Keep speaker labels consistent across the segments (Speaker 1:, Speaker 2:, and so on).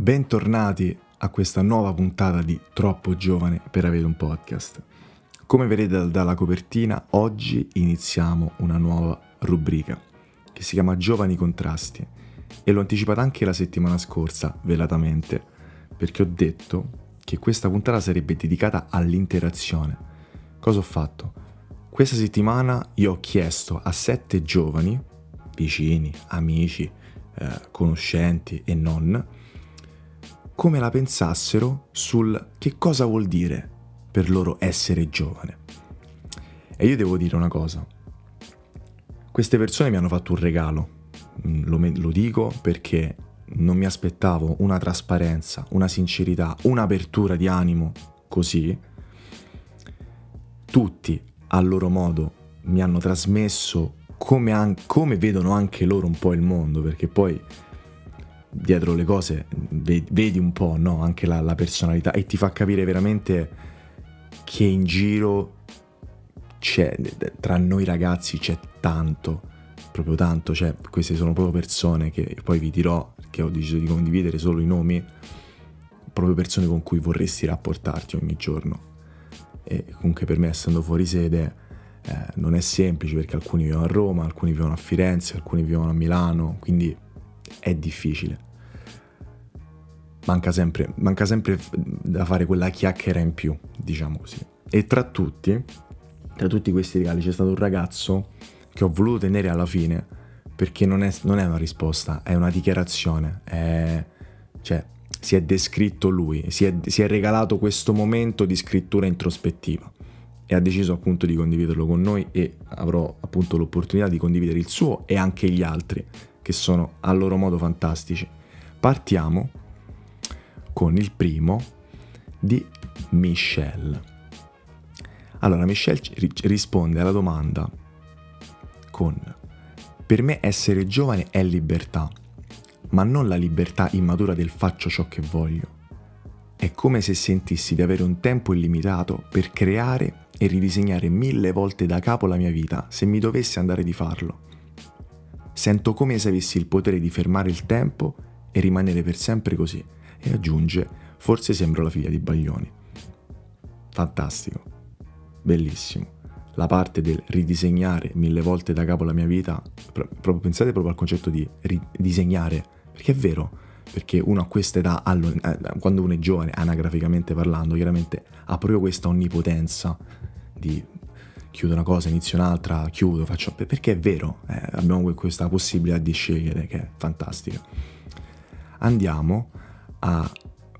Speaker 1: Bentornati a questa nuova puntata di Troppo Giovane per avere un podcast. Come vedete dalla copertina, oggi iniziamo una nuova rubrica che si chiama Giovani Contrasti e l'ho anticipata anche la settimana scorsa, velatamente, perché ho detto che questa puntata sarebbe dedicata all'interazione. Cosa ho fatto? Questa settimana io ho chiesto a 7 giovani, vicini, amici, conoscenti e non, come la pensassero sul che cosa vuol dire per loro essere giovane. E io devo dire una cosa: queste persone mi hanno fatto un regalo, lo dico perché non mi aspettavo una trasparenza, una sincerità, un'apertura di animo così. Tutti a loro modo mi hanno trasmesso come vedono anche loro un po' il mondo, perché poi dietro le cose vedi un po', no? Anche la personalità, e ti fa capire veramente che in giro c'è, tra noi ragazzi c'è tanto, proprio tanto, cioè queste sono proprio persone che poi vi dirò, che ho deciso di condividere solo i nomi, proprio persone con cui vorresti rapportarti ogni giorno. E comunque per me, essendo fuori sede, non è semplice, perché alcuni vivono a Roma, alcuni vivono a Firenze, alcuni vivono a Milano, quindi è difficile. Manca sempre da fare quella chiacchiera in più, diciamo così. E tra tutti questi regali c'è stato un ragazzo che ho voluto tenere alla fine, perché non è una risposta, è una dichiarazione, cioè si è descritto lui, si è regalato questo momento di scrittura introspettiva e ha deciso appunto di condividerlo con noi, e avrò appunto l'opportunità di condividere il suo e anche gli altri, che sono a loro modo fantastici. Partiamo con il primo, di Michelle. Allora, Michelle risponde alla domanda con: per me essere giovane è libertà, ma non la libertà immatura del faccio ciò che voglio. È come se sentissi di avere un tempo illimitato per creare e ridisegnare 1000 volte da capo la mia vita, se mi dovessi andare di farlo. Sento come se avessi il potere di fermare il tempo e rimanere per sempre così. E aggiunge: forse sembro la figlia di Baglioni. Fantastico, bellissimo. La parte del ridisegnare 1000 volte da capo la mia vita, proprio pensate proprio al concetto di ridisegnare, perché è vero, perché uno a questa età, quando uno è giovane, anagraficamente parlando, chiaramente ha proprio questa onnipotenza di chiudo una cosa, inizio un'altra, chiudo, faccio, perché è vero, abbiamo questa possibilità di scegliere che è fantastica. Andiamo a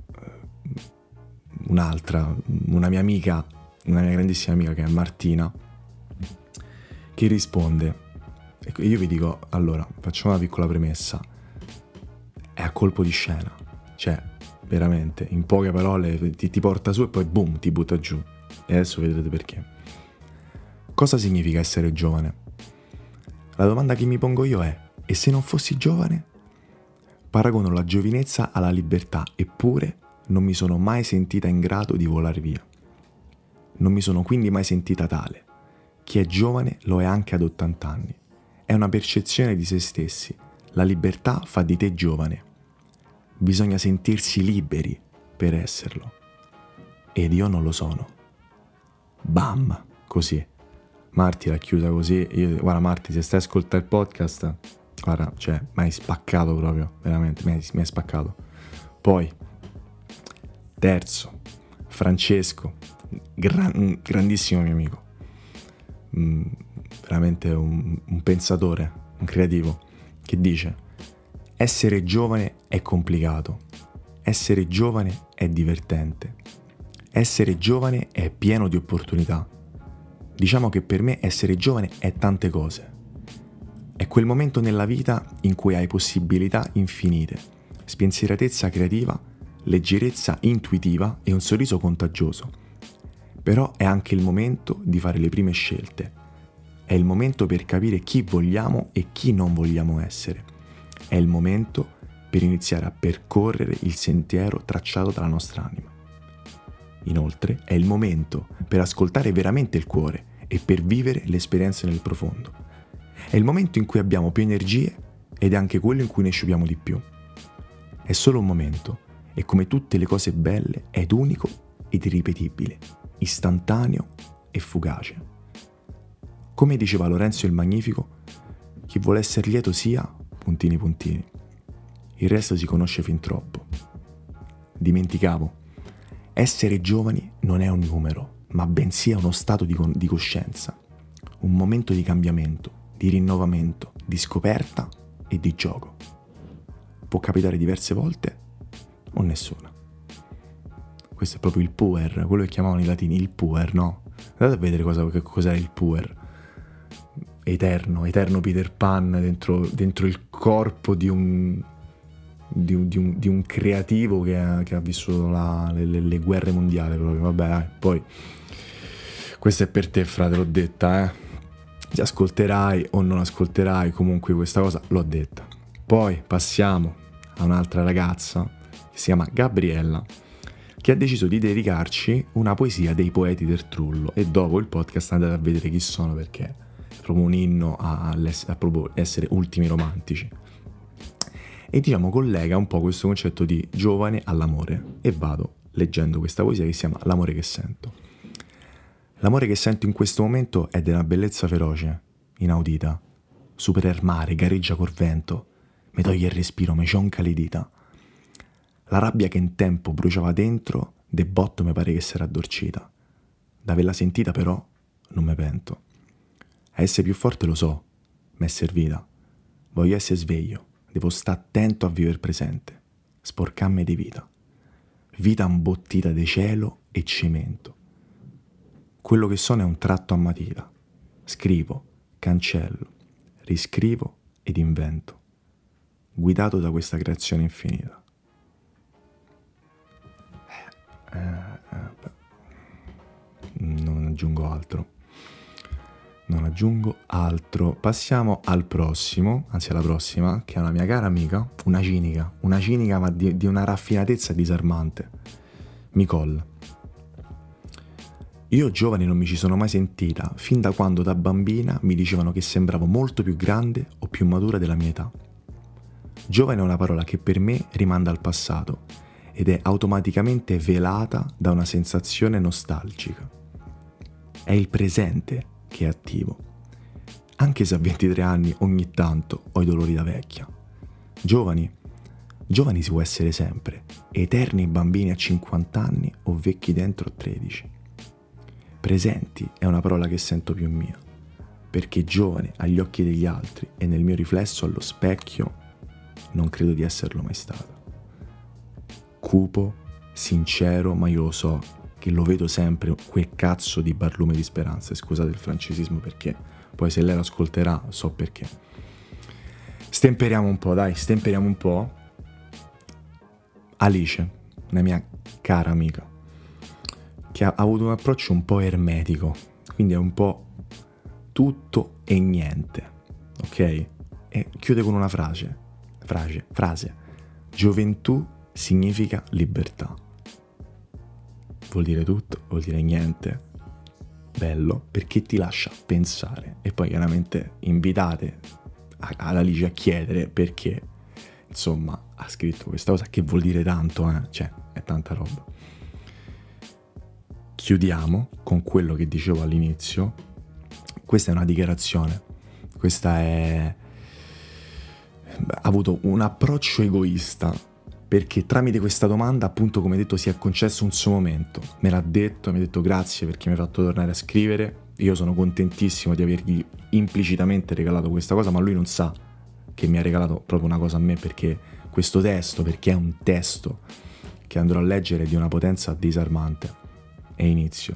Speaker 1: una mia grandissima amica, che è Martina, che risponde. Ecco, io vi dico, allora, facciamo una piccola premessa: è a colpo di scena, cioè veramente in poche parole ti porta su e poi boom, ti butta giù, e adesso vedrete perché. Cosa significa essere giovane? La domanda che mi pongo io è: e se non fossi giovane? Paragono la giovinezza alla libertà, eppure non mi sono mai sentita in grado di volare via. Non mi sono quindi mai sentita tale. Chi è giovane lo è anche ad 80 anni. È una percezione di se stessi. La libertà fa di te giovane. Bisogna sentirsi liberi per esserlo. Ed io non lo sono. Bam! Così. Marti l'ha chiusa così. Guarda Marti, se stai ascoltando il podcast, guarda, cioè, mi hai spaccato proprio, veramente, mi hai spaccato. Poi, terzo, Francesco, un grandissimo mio amico, veramente un pensatore, un creativo, che dice: essere giovane è complicato, essere giovane è divertente, essere giovane è pieno di opportunità. Diciamo che per me essere giovane è tante cose. È quel momento nella vita in cui hai possibilità infinite, spensieratezza creativa, leggerezza intuitiva e un sorriso contagioso. Però è anche il momento di fare le prime scelte. È il momento per capire chi vogliamo e chi non vogliamo essere. È il momento per iniziare a percorrere il sentiero tracciato dalla nostra anima. Inoltre è il momento per ascoltare veramente il cuore e per vivere l'esperienza nel profondo. È il momento in cui abbiamo più energie ed è anche quello in cui ne sciupiamo di più. È solo un momento, e come tutte le cose belle è unico ed irripetibile, istantaneo e fugace. Come diceva Lorenzo il Magnifico, chi vuole essere lieto sia... puntini puntini. Il resto si conosce fin troppo. Dimenticavo. Essere giovani non è un numero, ma bensì è uno stato di coscienza, un momento di cambiamento, di rinnovamento, di scoperta e di gioco. Può capitare diverse volte o nessuna. Questo è proprio il puer, quello che chiamavano i latini il puer, no? Andate a vedere cos'era il puer. Eterno Peter Pan dentro il corpo di un creativo che ha vissuto le guerre mondiali proprio. Vabbè, poi questa è per te, frate, l'ho detta, se ascolterai o non ascolterai, comunque questa cosa l'ho detta. Poi passiamo a un'altra ragazza che si chiama Gabriella, che ha deciso di dedicarci una poesia dei poeti del Trullo, e dopo il podcast andate a vedere chi sono, perché è proprio un inno a proprio essere ultimi romantici. E diciamo collega un po' questo concetto di giovane all'amore, e vado leggendo questa poesia che si chiama L'amore che sento. L'amore che sento in questo momento è della bellezza feroce, inaudita, supera il mare, gareggia col vento, mi toglie il respiro, mi cionca le dita. La rabbia che in tempo bruciava dentro, de botto mi pare che s'era addolcita. D'averla sentita però non me pento. A essere più forte lo so, m'è servita. Voglio essere sveglio, devo sta attento a vivere presente, sporcarmi di vita. Vita imbottita di cielo e cemento. Quello che sono è un tratto a matita. Scrivo, cancello, riscrivo ed invento, guidato da questa creazione infinita. Non aggiungo altro. Passiamo al prossimo, anzi alla prossima, che è una mia cara amica, una cinica ma di una raffinatezza disarmante. Nicole. Io giovane non mi ci sono mai sentita, fin da quando da bambina mi dicevano che sembravo molto più grande o più matura della mia età. Giovane è una parola che per me rimanda al passato ed è automaticamente velata da una sensazione nostalgica. È il presente che è attivo, anche se a 23 anni ogni tanto ho i dolori da vecchia. Giovani si può essere sempre, eterni bambini a 50 anni o vecchi dentro a 13. Presenti è una parola che sento più mia, perché giovane agli occhi degli altri e nel mio riflesso allo specchio non credo di esserlo mai stata. Cupo, sincero, ma io lo so che lo vedo sempre quel cazzo di barlume di speranza. Scusate il francesismo, perché poi se lei lo ascolterà so perché. Stemperiamo un po'. Alice, una mia cara amica, che ha avuto un approccio un po' ermetico, quindi è un po' tutto e niente, ok? E chiude con una frase. Gioventù significa libertà. Vuol dire tutto, vuol dire niente. Bello, perché ti lascia pensare. E poi chiaramente invitate Alice a chiedere perché, insomma, ha scritto questa cosa che vuol dire tanto, cioè è tanta roba. Chiudiamo con quello che dicevo all'inizio. Questa è una dichiarazione, ha avuto un approccio egoista, perché tramite questa domanda, appunto, come detto, si è concesso un suo momento. Me l'ha detto, mi ha detto grazie perché mi ha fatto tornare a scrivere. Io sono contentissimo di avergli implicitamente regalato questa cosa, ma lui non sa che mi ha regalato proprio una cosa a me, perché questo testo, perché è un testo che andrò a leggere di una potenza disarmante. E inizio.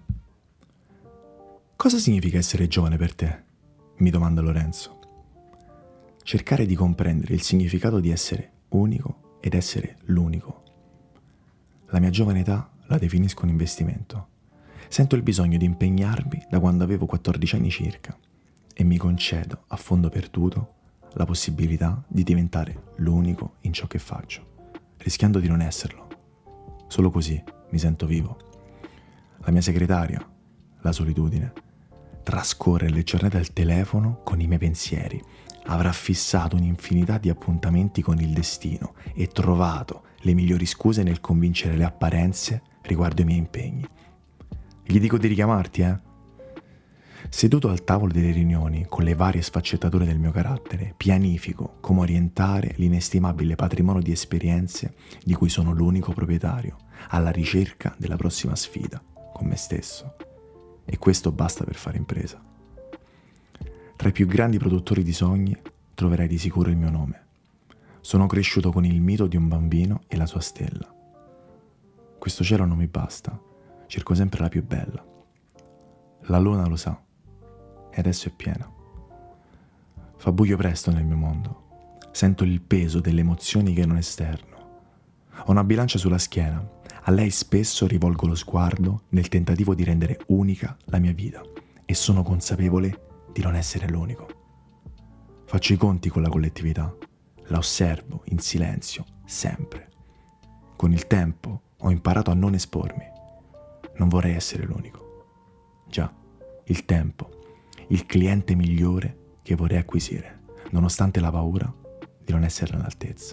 Speaker 1: Cosa significa essere giovane per te? Mi domanda Lorenzo. Cercare di comprendere il significato di essere unico ed essere l'unico. La mia giovane età la definisco un investimento. Sento il bisogno di impegnarmi da quando avevo 14 anni circa e mi concedo a fondo perduto la possibilità di diventare l'unico in ciò che faccio, rischiando di non esserlo. Solo così mi sento vivo. La mia segretaria, la solitudine, trascorre le giornate al telefono con i miei pensieri, avrà fissato un'infinità di appuntamenti con il destino e trovato le migliori scuse nel convincere le apparenze riguardo i miei impegni. Gli dico di richiamarti, eh? Seduto al tavolo delle riunioni con le varie sfaccettature del mio carattere, pianifico come orientare l'inestimabile patrimonio di esperienze di cui sono l'unico proprietario, alla ricerca della prossima sfida con me stesso. E questo basta per fare impresa. Tra i più grandi produttori di sogni troverai di sicuro il mio nome. Sono cresciuto con il mito di un bambino e la sua stella. Questo cielo non mi basta, cerco sempre la più bella. La luna lo sa, e adesso è piena. Fa buio presto nel mio mondo. Sento il peso delle emozioni che non esterno. Ho una bilancia sulla schiena. A lei spesso rivolgo lo sguardo nel tentativo di rendere unica la mia vita e sono consapevole di non essere l'unico. Faccio i conti con la collettività, la osservo in silenzio, sempre. Con il tempo ho imparato a non espormi. Non vorrei essere l'unico. Già, il tempo, il cliente migliore che vorrei acquisire, nonostante la paura di non essere all'altezza.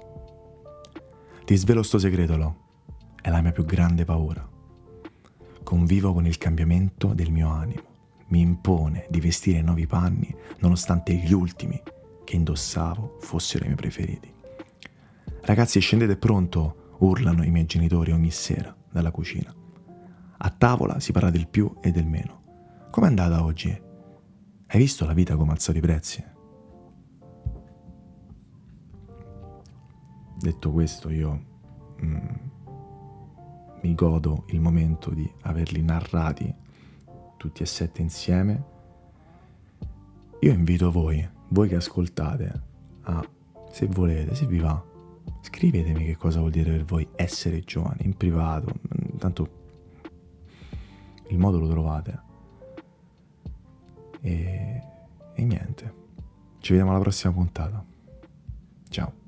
Speaker 1: Ti svelo sto segreto, Lo. È la mia più grande paura. Convivo con il cambiamento del mio animo. Mi impone di vestire nuovi panni nonostante gli ultimi che indossavo fossero i miei preferiti. Ragazzi, scendete pronto, urlano i miei genitori ogni sera dalla cucina. A tavola si parla del più e del meno. Com'è andata oggi? Hai visto la vita come ha alzato i prezzi? Detto questo, io mi godo il momento di averli narrati tutti e 7 insieme. Io invito voi che ascoltate, se volete, se vi va, scrivetemi che cosa vuol dire per voi essere giovani, in privato, tanto il modo lo trovate. E niente, ci vediamo alla prossima puntata. Ciao.